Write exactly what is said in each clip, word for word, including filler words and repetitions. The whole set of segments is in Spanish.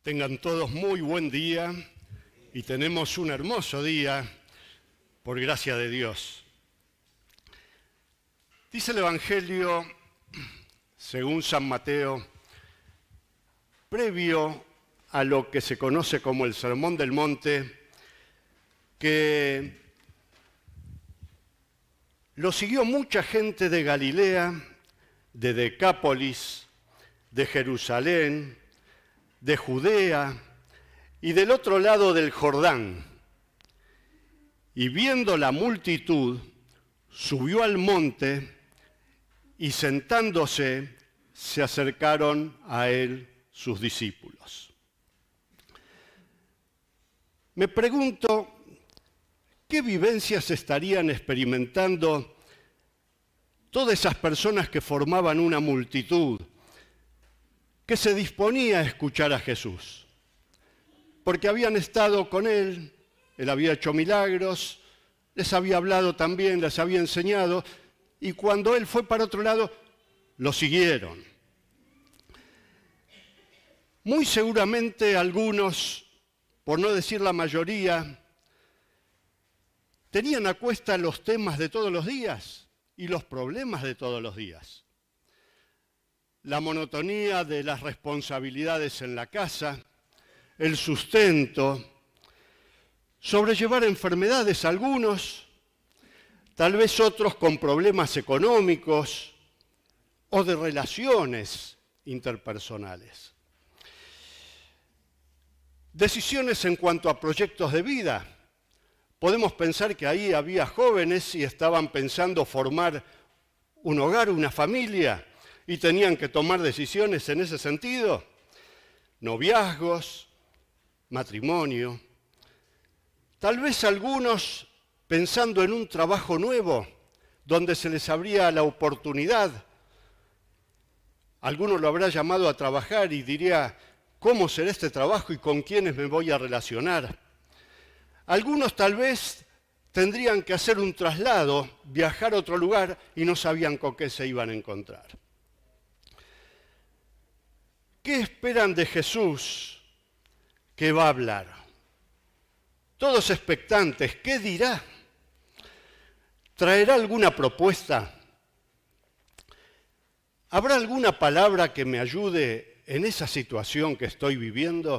Tengan todos muy buen día y tenemos un hermoso día por gracia de Dios. Dice el Evangelio, según San Mateo, previo a lo que se conoce como el Sermón del Monte, que lo siguió mucha gente de Galilea, de Decápolis, de Jerusalén, de Judea y del otro lado del Jordán. Y viendo la multitud, subió al monte y sentándose, se acercaron a él sus discípulos. Me pregunto, ¿qué vivencias estarían experimentando todas esas personas que formaban una multitud que se disponía a escuchar a Jesús? Porque habían estado con él, él había hecho milagros, les había hablado también, les había enseñado, y cuando él fue para otro lado, lo siguieron. Muy seguramente algunos, por no decir la mayoría, tenían a cuesta los temas de todos los días y los problemas de todos los días. La monotonía de las responsabilidades en la casa, el sustento, sobrellevar enfermedades algunos, tal vez otros con problemas económicos o de relaciones interpersonales. Decisiones en cuanto a proyectos de vida. Podemos pensar que ahí había jóvenes y estaban pensando formar un hogar, una familia, y tenían que tomar decisiones en ese sentido. Noviazgos, matrimonio. Tal vez algunos pensando en un trabajo nuevo, donde se les abría la oportunidad. Alguno lo habrá llamado a trabajar y diría, ¿cómo será este trabajo y con quiénes me voy a relacionar? Algunos tal vez tendrían que hacer un traslado, viajar a otro lugar y no sabían con qué se iban a encontrar. ¿Qué esperan de Jesús que va a hablar? Todos expectantes, ¿qué dirá? ¿Traerá alguna propuesta? ¿Habrá alguna palabra que me ayude en esa situación que estoy viviendo?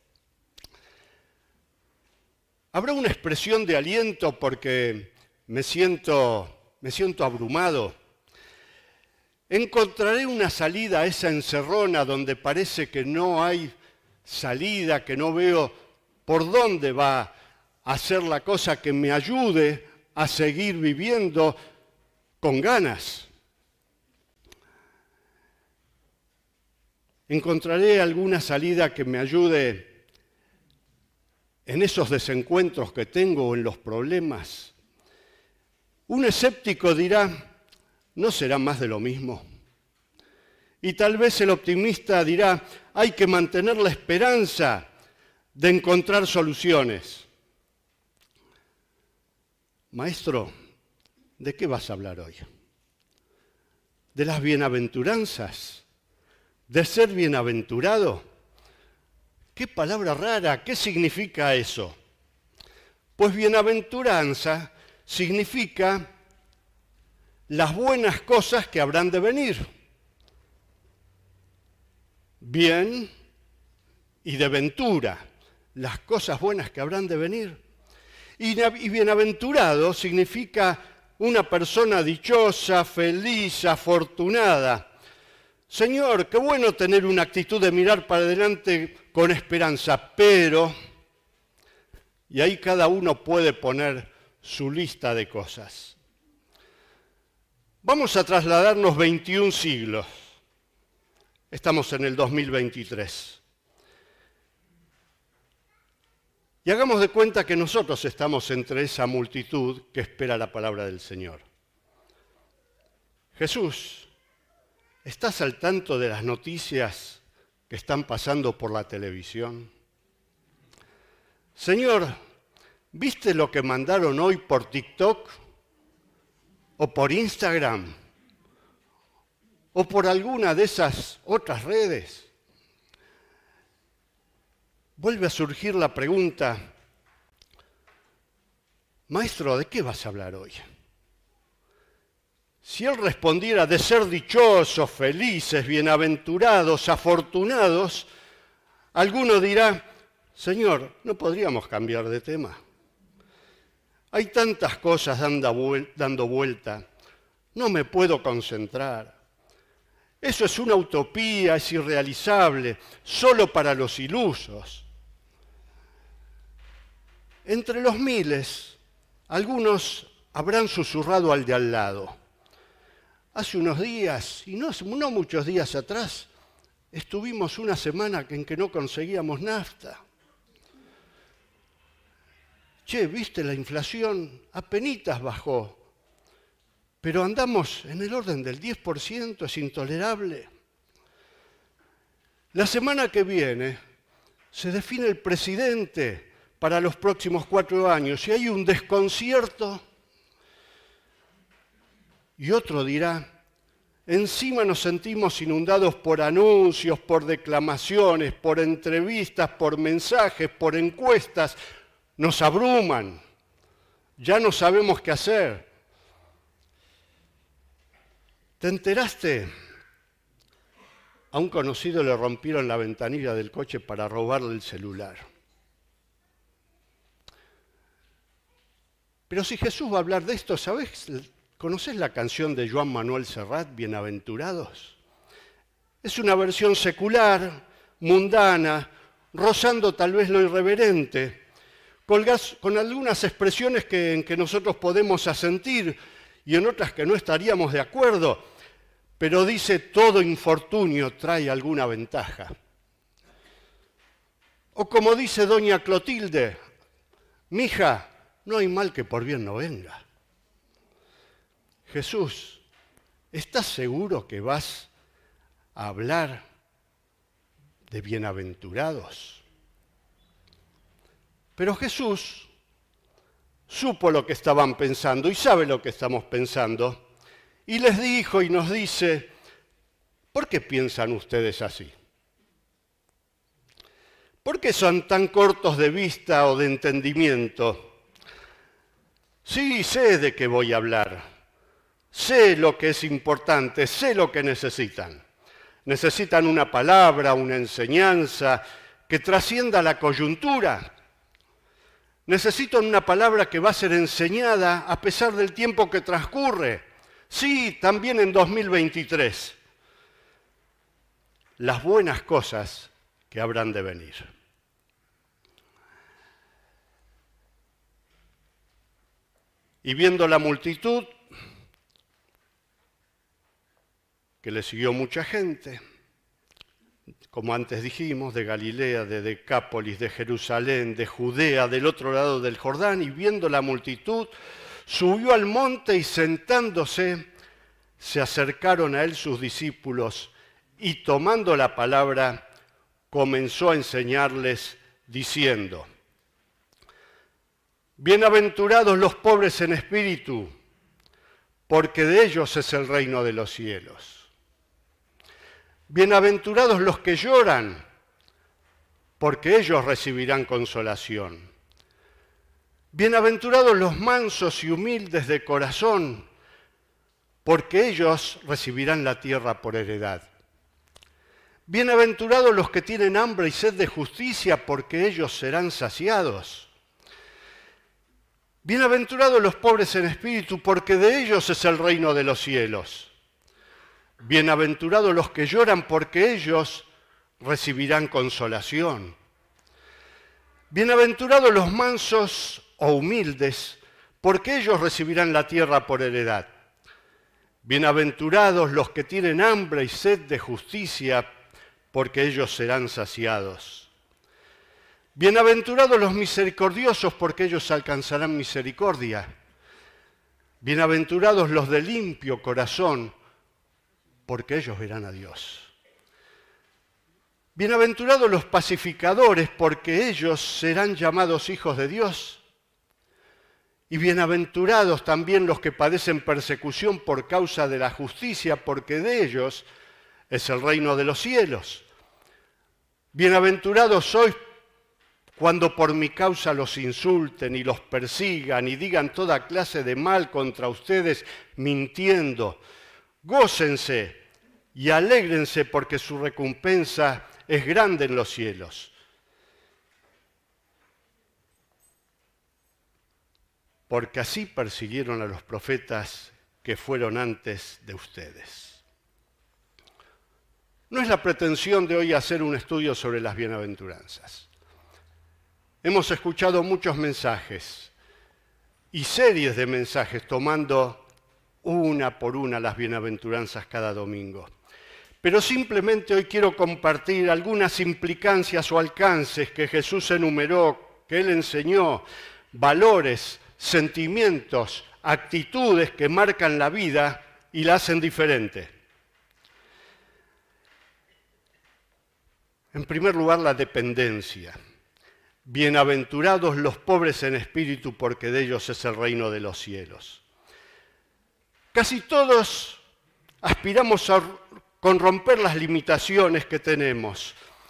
¿Habrá una expresión de aliento porque me siento, me siento abrumado? ¿Encontraré una salida a esa encerrona donde parece que no hay salida, que no veo por dónde va a ser la cosa que me ayude a seguir viviendo con ganas? ¿Encontraré alguna salida que me ayude en esos desencuentros que tengo o en los problemas? Un escéptico dirá, ¿no será más de lo mismo? Y tal vez el optimista dirá, hay que mantener la esperanza de encontrar soluciones. Maestro, ¿de qué vas a hablar hoy? ¿De las bienaventuranzas? ¿De ser bienaventurado? ¡Qué palabra rara! ¿Qué significa eso? Pues bienaventuranza significa las buenas cosas que habrán de venir. Bien y de ventura, las cosas buenas que habrán de venir. Y, y bienaventurado significa una persona dichosa, feliz, afortunada. Señor, qué bueno tener una actitud de mirar para adelante con esperanza, pero, y ahí cada uno puede poner su lista de cosas. Vamos a trasladarnos veintiún siglos. Estamos en el dos mil veintitrés. Y hagamos de cuenta que nosotros estamos entre esa multitud que espera la palabra del Señor. Jesús, ¿estás al tanto de las noticias que están pasando por la televisión? Señor, ¿viste lo que mandaron hoy por TikTok? ¿O por Instagram? ¿O por alguna de esas otras redes? vuelve a surgir la pregunta, maestro, ¿de qué vas a hablar hoy? Si él respondiera de ser dichosos, felices, bienaventurados, afortunados, alguno dirá, Señor, ¿no podríamos cambiar de tema? Hay tantas cosas dando vuelta, no me puedo concentrar. Eso es una utopía, es irrealizable, solo para los ilusos. Entre los miles, algunos habrán susurrado al de al lado. Hace unos días, y no, no muchos días atrás, estuvimos una semana en que no conseguíamos nafta. Che, ¿viste la inflación? Apenitas bajó. Pero andamos en el orden del diez por ciento, es intolerable. La semana que viene se define el presidente para los próximos cuatro años y hay un desconcierto. Y otro dirá, encima nos sentimos inundados por anuncios, por declamaciones, por entrevistas, por mensajes, por encuestas. Nos abruman, ya no sabemos qué hacer. ¿Te enteraste? A un conocido le rompieron la ventanilla del coche para robarle el celular. Pero si Jesús va a hablar de esto, ¿sabes? ¿Conoces la canción de Joan Manuel Serrat, Bienaventurados? Es una versión secular, mundana, rozando tal vez lo irreverente, con, gas, con algunas expresiones que, en que nosotros podemos asentir y en otras que no estaríamos de acuerdo, pero dice, todo infortunio trae alguna ventaja. O como dice doña Clotilde, mija, no hay mal que por bien no venga. Jesús, ¿estás seguro que vas a hablar de bienaventurados? Pero Jesús supo lo que estaban pensando y sabe lo que estamos pensando. Y les dijo y nos dice, ¿por qué piensan ustedes así? ¿Por qué son tan cortos de vista o de entendimiento? Sí, sé de qué voy a hablar. Sé lo que es importante, sé lo que necesitan. Necesitan una palabra, una enseñanza que trascienda la coyuntura. Necesitan una palabra que va a ser enseñada a pesar del tiempo que transcurre. Sí, también en dos mil veintitrés. Las buenas cosas que habrán de venir. Y viendo la multitud, que le siguió mucha gente, como antes dijimos, de Galilea, de Decápolis, de Jerusalén, de Judea, del otro lado del Jordán, y viendo la multitud, subió al monte y sentándose, se acercaron a él sus discípulos y tomando la palabra, comenzó a enseñarles diciendo, bienaventurados los pobres en espíritu, porque de ellos es el reino de los cielos. Bienaventurados los que lloran, porque ellos recibirán consolación. Bienaventurados los mansos y humildes de corazón, porque ellos recibirán la tierra por heredad. Bienaventurados los que tienen hambre y sed de justicia, porque ellos serán saciados. Bienaventurados los pobres en espíritu, porque de ellos es el reino de los cielos. Bienaventurados los que lloran, porque ellos recibirán consolación. Bienaventurados los mansos o humildes, porque ellos recibirán la tierra por heredad. Bienaventurados los que tienen hambre y sed de justicia, porque ellos serán saciados. Bienaventurados los misericordiosos, porque ellos alcanzarán misericordia. Bienaventurados los de limpio corazón, porque ellos verán a Dios. Bienaventurados los pacificadores, porque ellos serán llamados hijos de Dios. Y bienaventurados también los que padecen persecución por causa de la justicia, porque de ellos es el reino de los cielos. Bienaventurados sois cuando por mi causa los insulten y los persigan y digan toda clase de mal contra ustedes mintiendo. Gócense y alégrense porque su recompensa es grande en los cielos. Porque así persiguieron a los profetas que fueron antes de ustedes. No es la pretensión de hoy hacer un estudio sobre las bienaventuranzas. Hemos escuchado muchos mensajes y series de mensajes tomando una por una las bienaventuranzas cada domingo. Pero simplemente hoy quiero compartir algunas implicancias o alcances que Jesús enumeró, que Él enseñó, valores, sentimientos, actitudes que marcan la vida y la hacen diferente. En primer lugar, la dependencia. Bienaventurados los pobres en espíritu, porque de ellos es el reino de los cielos. Casi todos aspiramos a con romper las limitaciones que tenemos,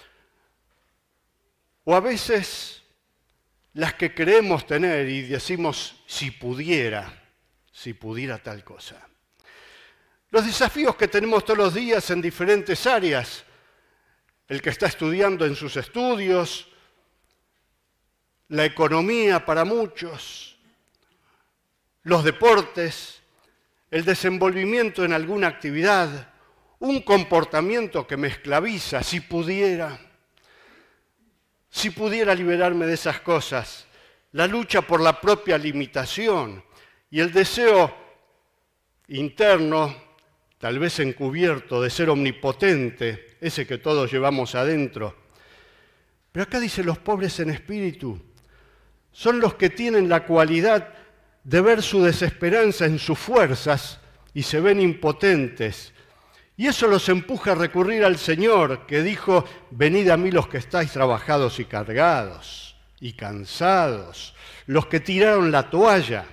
o a veces las que creemos tener y decimos, si pudiera, si pudiera tal cosa. Los desafíos que tenemos todos los días en diferentes áreas, el que está estudiando en sus estudios, la economía para muchos, los deportes, el desenvolvimiento en alguna actividad, un comportamiento que me esclaviza, si pudiera, si pudiera liberarme de esas cosas, la lucha por la propia limitación y el deseo interno, tal vez encubierto, de ser omnipotente, ese que todos llevamos adentro. Pero acá dice los pobres en espíritu, son los que tienen la cualidad de ver su desesperanza en sus fuerzas y se ven impotentes. Y eso los empuja a recurrir al Señor, que dijo, venid a mí los que estáis trabajados y cargados y cansados, los que tiraron la toalla,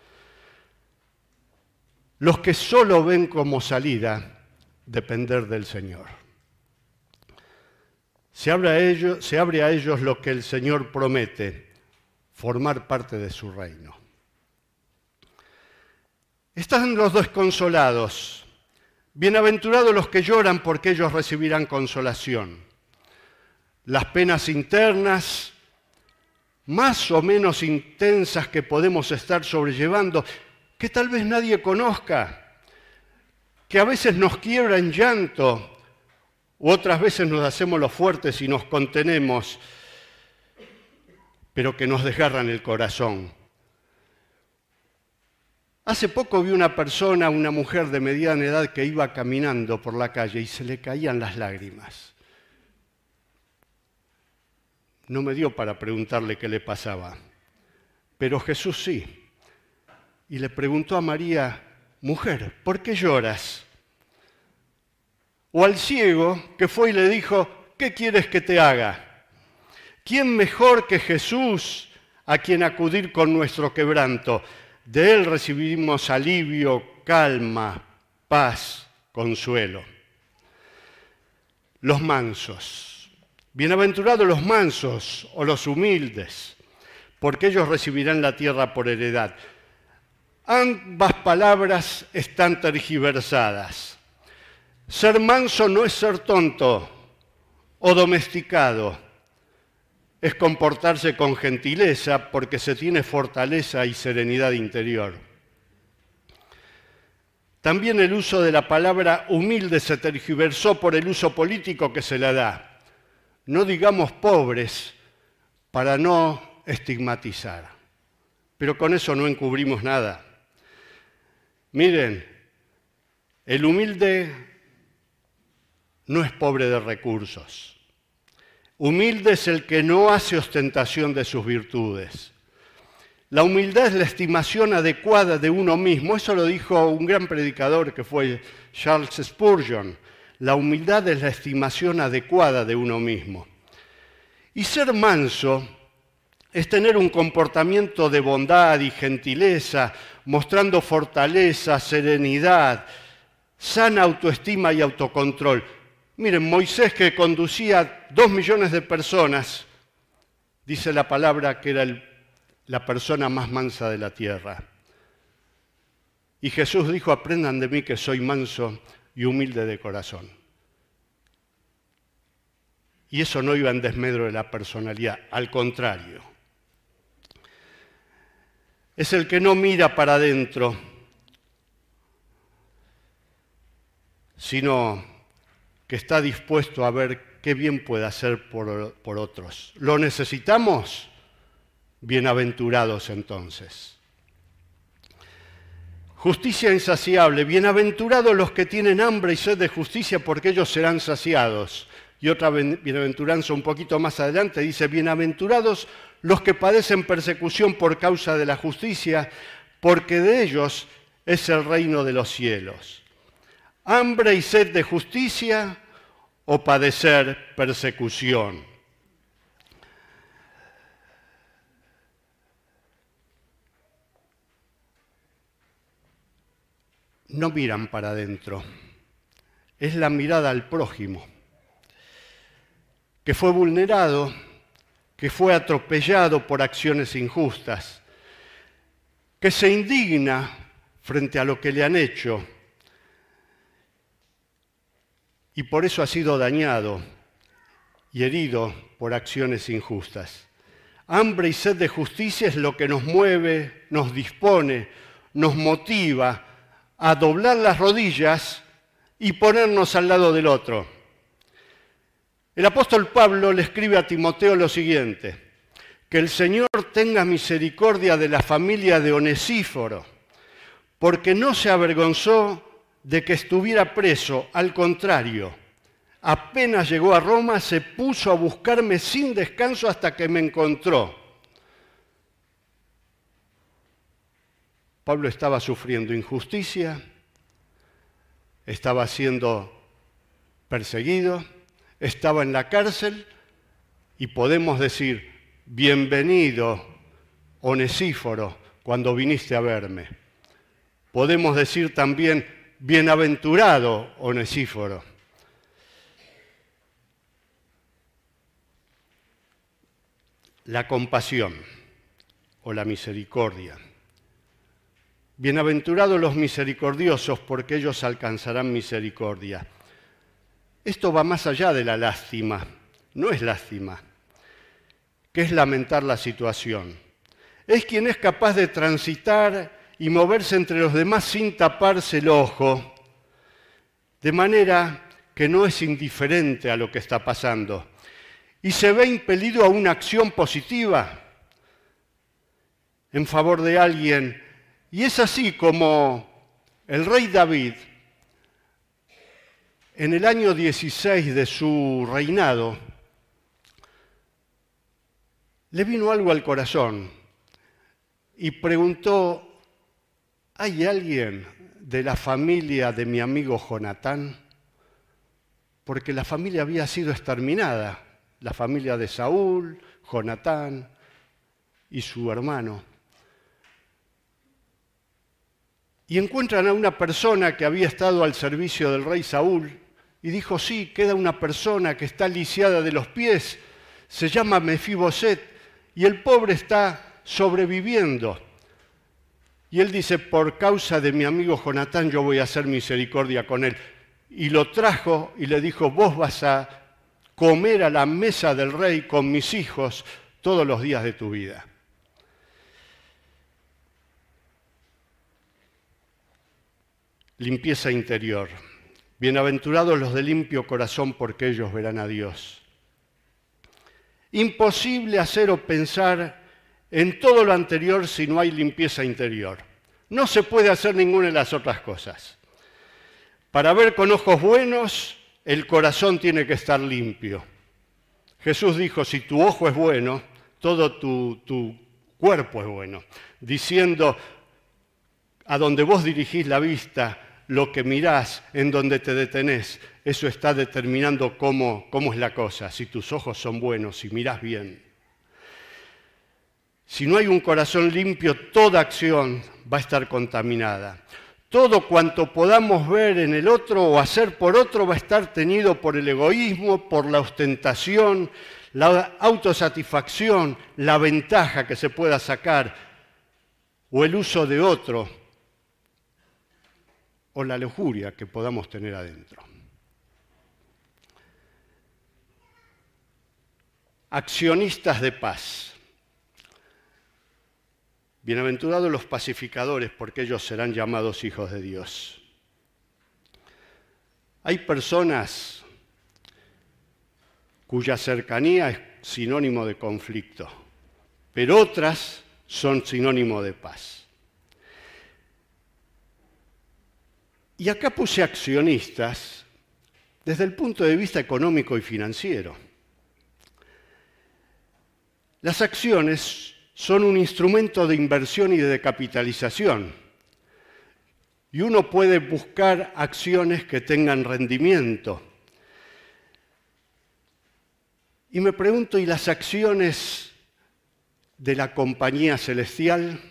los que solo ven como salida depender del Señor. Se abre a ellos, se abre a ellos lo que el Señor promete, formar parte de su reino. Están los desconsolados. Bienaventurados los que lloran, porque ellos recibirán consolación. Las penas internas, más o menos intensas que podemos estar sobrellevando, que tal vez nadie conozca, que a veces nos quiebra en llanto, u otras veces nos hacemos los fuertes y nos contenemos, pero que nos desgarran el corazón. Hace poco vi una persona, una mujer de mediana edad, que iba caminando por la calle y se le caían las lágrimas. No me dio para preguntarle qué le pasaba, pero Jesús sí. Y le preguntó a María, mujer, ¿por qué lloras? O al ciego que fue y le dijo, ¿qué quieres que te haga? ¿Quién mejor que Jesús a quien acudir con nuestro quebranto? De Él recibimos alivio, calma, paz, consuelo. Los mansos. Bienaventurados los mansos o los humildes, porque ellos recibirán la tierra por heredad. Ambas palabras están tergiversadas. Ser manso no es ser tonto o domesticado. Es comportarse con gentileza porque se tiene fortaleza y serenidad interior. También el uso de la palabra humilde se tergiversó por el uso político que se la da. No digamos pobres para no estigmatizar, pero con eso no encubrimos nada. Miren, el humilde no es pobre de recursos. Humilde es el que no hace ostentación de sus virtudes. La humildad es la estimación adecuada de uno mismo. Eso lo dijo un gran predicador que fue Charles Spurgeon. La humildad es la estimación adecuada de uno mismo. Y ser manso es tener un comportamiento de bondad y gentileza, mostrando fortaleza, serenidad, sana autoestima y autocontrol. Miren, Moisés, que conducía dos millones de personas dice la palabra que era el, la persona más mansa de la tierra. Y Jesús dijo, aprendan de mí que soy manso y humilde de corazón. Y eso no iba en desmedro de la personalidad, al contrario. Es el que no mira para adentro, sino que está dispuesto a ver qué bien puede hacer por, por otros. ¿Lo necesitamos? Bienaventurados entonces. Justicia insaciable. Bienaventurados los que tienen hambre y sed de justicia, porque ellos serán saciados. Y otra bienaventuranza un poquito más adelante dice, bienaventurados los que padecen persecución por causa de la justicia, porque de ellos es el reino de los cielos. Hambre y sed de justicia o padecer persecución. No miran para adentro, es la mirada al prójimo, que fue vulnerado, que fue atropellado por acciones injustas, que se indigna frente a lo que le han hecho y por eso ha sido dañado y herido por acciones injustas. Hambre y sed de justicia es lo que nos mueve, nos dispone, nos motiva a doblar las rodillas y ponernos al lado del otro. El apóstol Pablo le escribe a Timoteo lo siguiente, que el Señor tenga misericordia de la familia de Onesíforo, porque no se avergonzó de que estuviera preso, al contrario, apenas llegó a Roma, se puso a buscarme sin descanso hasta que me encontró. Pablo estaba sufriendo injusticia, estaba siendo perseguido, estaba en la cárcel y podemos decir, bienvenido, Onesíforo, cuando viniste a verme. Podemos decir también, bienaventurado, Onesíforo. La compasión o la misericordia. Bienaventurados los misericordiosos, porque ellos alcanzarán misericordia. Esto va más allá de la lástima, no es lástima, que es lamentar la situación. Es quien es capaz de transitar y moverse entre los demás sin taparse el ojo, de manera que no es indiferente a lo que está pasando y se ve impelido a una acción positiva en favor de alguien. Y es así como el rey David, en el año dieciséis de su reinado, le vino algo al corazón y preguntó, ¿hay alguien de la familia de mi amigo Jonatán? Porque la familia había sido exterminada, la familia de Saúl, Jonatán y su hermano. Y encuentran a una persona que había estado al servicio del rey Saúl y dijo, sí, queda una persona que está lisiada de los pies, se llama Mefiboset y el pobre está sobreviviendo. Y él dice, por causa de mi amigo Jonatán yo voy a hacer misericordia con él. Y lo trajo y le dijo, vos vas a comer a la mesa del rey con mis hijos todos los días de tu vida. Limpieza interior. Bienaventurados los de limpio corazón, porque ellos verán a Dios. Imposible hacer o pensar en todo lo anterior si no hay limpieza interior. No se puede hacer ninguna de las otras cosas. Para ver con ojos buenos, el corazón tiene que estar limpio. Jesús dijo, si tu ojo es bueno, todo tu, tu cuerpo es bueno. Diciendo, a donde vos dirigís la vista, lo que mirás, en donde te detenés, eso está determinando cómo, cómo es la cosa, si tus ojos son buenos, si mirás bien. Si no hay un corazón limpio, toda acción va a estar contaminada. Todo cuanto podamos ver en el otro o hacer por otro va a estar teñido por el egoísmo, por la ostentación, la autosatisfacción, la ventaja que se pueda sacar, o el uso de otro, o la lujuria que podamos tener adentro. Accionistas de paz. Bienaventurados los pacificadores, porque ellos serán llamados hijos de Dios. Hay personas cuya cercanía es sinónimo de conflicto, pero otras son sinónimo de paz. Y acá puse accionistas desde el punto de vista económico y financiero. Las acciones son un instrumento de inversión y de capitalización. Y uno puede buscar acciones que tengan rendimiento. Y me pregunto, ¿y las acciones de la compañía celestial?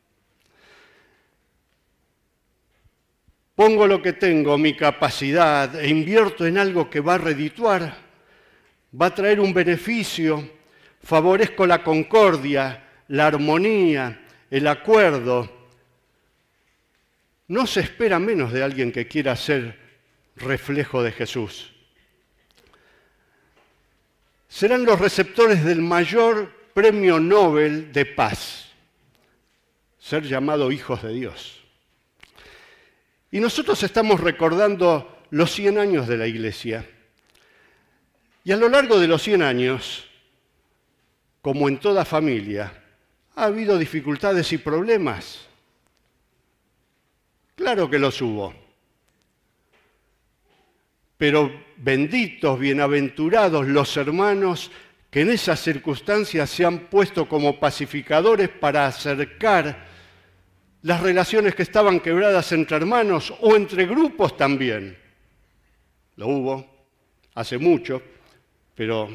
Pongo lo que tengo, mi capacidad, e invierto en algo que va a redituar, va a traer un beneficio, favorezco la concordia, la armonía, el acuerdo. No se espera menos de alguien que quiera ser reflejo de Jesús. Serán los receptores del mayor premio Nobel de paz, ser llamados hijos de Dios. Y nosotros estamos recordando los cien años de la Iglesia. Y a lo largo de los cien años, como en toda familia, ha habido dificultades y problemas. Claro que los hubo. Pero benditos, bienaventurados los hermanos que en esas circunstancias se han puesto como pacificadores para acercar las relaciones que estaban quebradas entre hermanos o entre grupos también. Lo hubo hace mucho, pero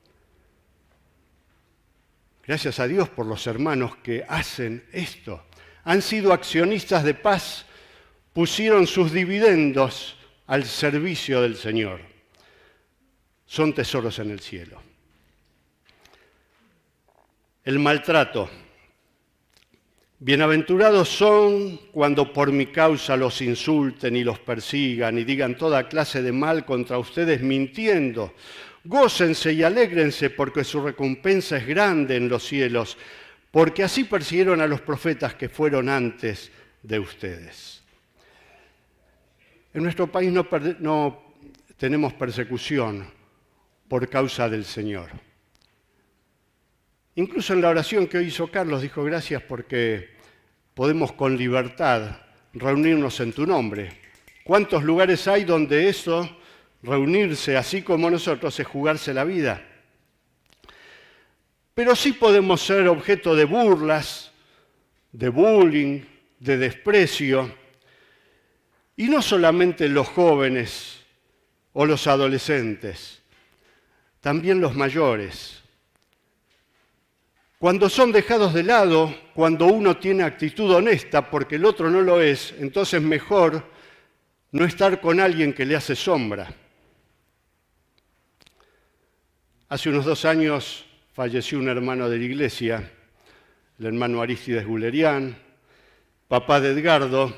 gracias a Dios por los hermanos que hacen esto. Han sido accionistas de paz, pusieron sus dividendos al servicio del Señor. Son tesoros en el cielo. El maltrato. Bienaventurados son cuando por mi causa los insulten y los persigan y digan toda clase de mal contra ustedes mintiendo. Gócense y alégrense porque su recompensa es grande en los cielos, porque así persiguieron a los profetas que fueron antes de ustedes. En nuestro país no, no tenemos persecución por causa del Señor. Incluso en la oración que hoy hizo Carlos dijo gracias porque podemos con libertad reunirnos en tu nombre. ¿Cuántos lugares hay donde eso, reunirse así como nosotros, es jugarse la vida? Pero sí podemos ser objeto de burlas, de bullying, de desprecio. Y no solamente los jóvenes o los adolescentes, también los mayores. Cuando son dejados de lado, cuando uno tiene actitud honesta porque el otro no lo es, entonces mejor no estar con alguien que le hace sombra. Hace unos dos años falleció un hermano de la iglesia, el hermano Arístides Gulerián, papá de Edgardo,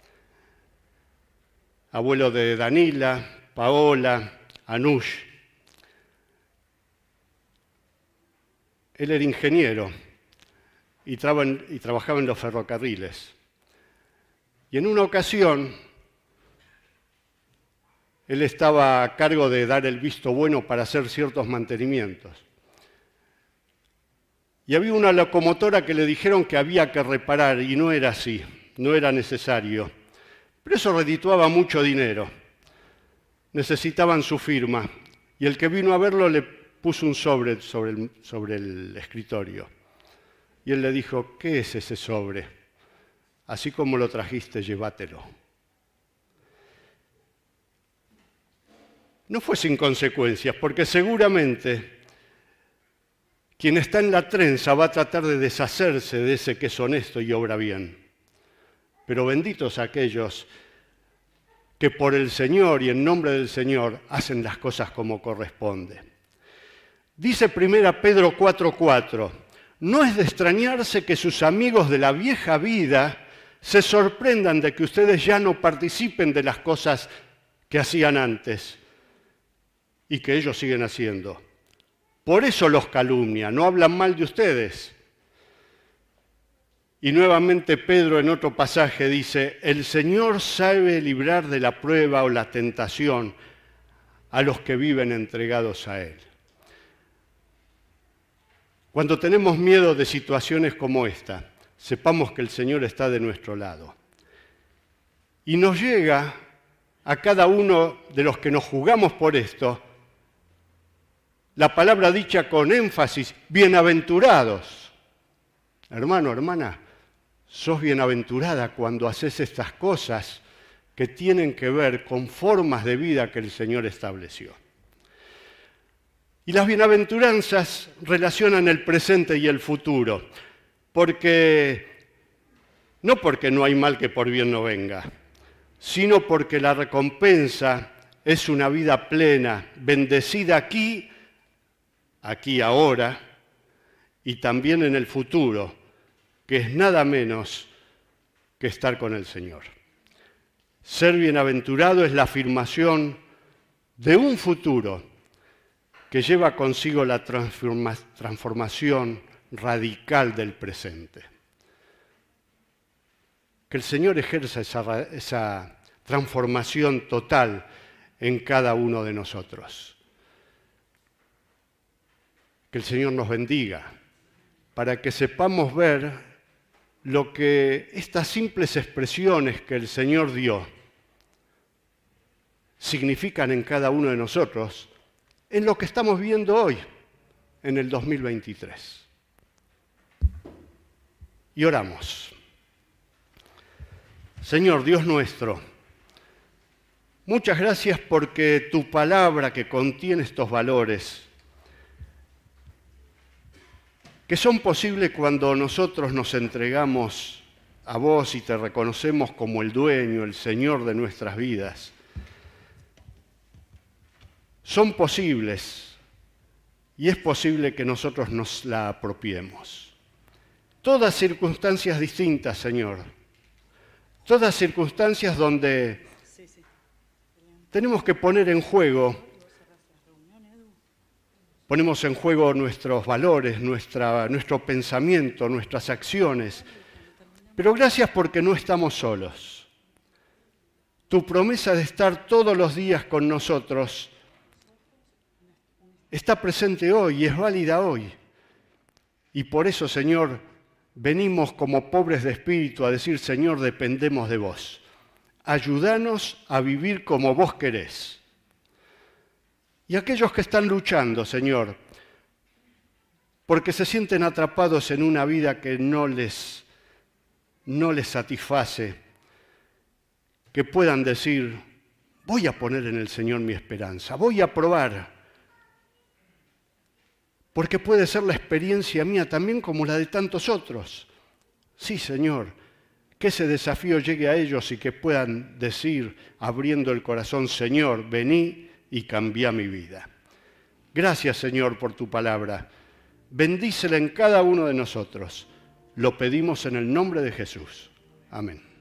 abuelo de Danila, Paola, Anush. Él era ingeniero y, traba en, y trabajaba en los ferrocarriles. Y en una ocasión, él estaba a cargo de dar el visto bueno para hacer ciertos mantenimientos. Y había una locomotora que le dijeron que había que reparar y no era así, no era necesario. Pero eso redituaba mucho dinero. Necesitaban su firma. Y el que vino a verlo le puso un sobre sobre el, sobre el escritorio. Y él le dijo, ¿qué es ese sobre? Así como lo trajiste, llévatelo. No fue sin consecuencias, porque seguramente quien está en la trenza va a tratar de deshacerse de ese que es honesto y obra bien. Pero benditos aquellos que por el Señor y en nombre del Señor hacen las cosas como corresponde. Dice primera Pedro cuatro cuatro, no es de extrañarse que sus amigos de la vieja vida se sorprendan de que ustedes ya no participen de las cosas que hacían antes y que ellos siguen haciendo. Por eso los calumnian, no hablan mal de ustedes. Y nuevamente Pedro en otro pasaje dice, el Señor sabe librar de la prueba o la tentación a los que viven entregados a Él. Cuando tenemos miedo de situaciones como esta, sepamos que el Señor está de nuestro lado. Y nos llega a cada uno de los que nos jugamos por esto, la palabra dicha con énfasis, bienaventurados. Hermano, hermana, sos bienaventurada cuando haces estas cosas que tienen que ver con formas de vida que el Señor estableció. Y las bienaventuranzas relacionan el presente y el futuro, porque no porque no hay mal que por bien no venga, sino porque la recompensa es una vida plena, bendecida aquí, aquí ahora, y también en el futuro, que es nada menos que estar con el Señor. Ser bienaventurado es la afirmación de un futuro que lleva consigo la transforma- transformación radical del presente. Que el Señor ejerza esa, esa transformación total en cada uno de nosotros. Que el Señor nos bendiga para que sepamos ver lo que estas simples expresiones que el Señor dio significan en cada uno de nosotros, en lo que estamos viendo hoy, en el dos mil veintitrés. Y oramos. Señor Dios nuestro, muchas gracias porque tu palabra que contiene estos valores, que son posibles cuando nosotros nos entregamos a vos y te reconocemos como el dueño, el Señor de nuestras vidas, son posibles y es posible que nosotros nos la apropiemos. Todas circunstancias distintas, Señor, todas circunstancias donde tenemos que poner en juego, ponemos en juego nuestros valores, nuestra, nuestro pensamiento, nuestras acciones, pero gracias porque no estamos solos. Tu promesa de estar todos los días con nosotros está presente hoy y es válida hoy. Y por eso, Señor, venimos como pobres de espíritu a decir, Señor, dependemos de vos. Ayúdanos a vivir como vos querés. Y aquellos que están luchando, Señor, porque se sienten atrapados en una vida que no les, no les satisface, que puedan decir, voy a poner en el Señor mi esperanza, voy a probar. Porque puede ser la experiencia mía también como la de tantos otros. Sí, Señor, que ese desafío llegue a ellos y que puedan decir, abriendo el corazón, Señor, vení y cambia mi vida. Gracias, Señor, por tu palabra. Bendícela en cada uno de nosotros. Lo pedimos en el nombre de Jesús. Amén.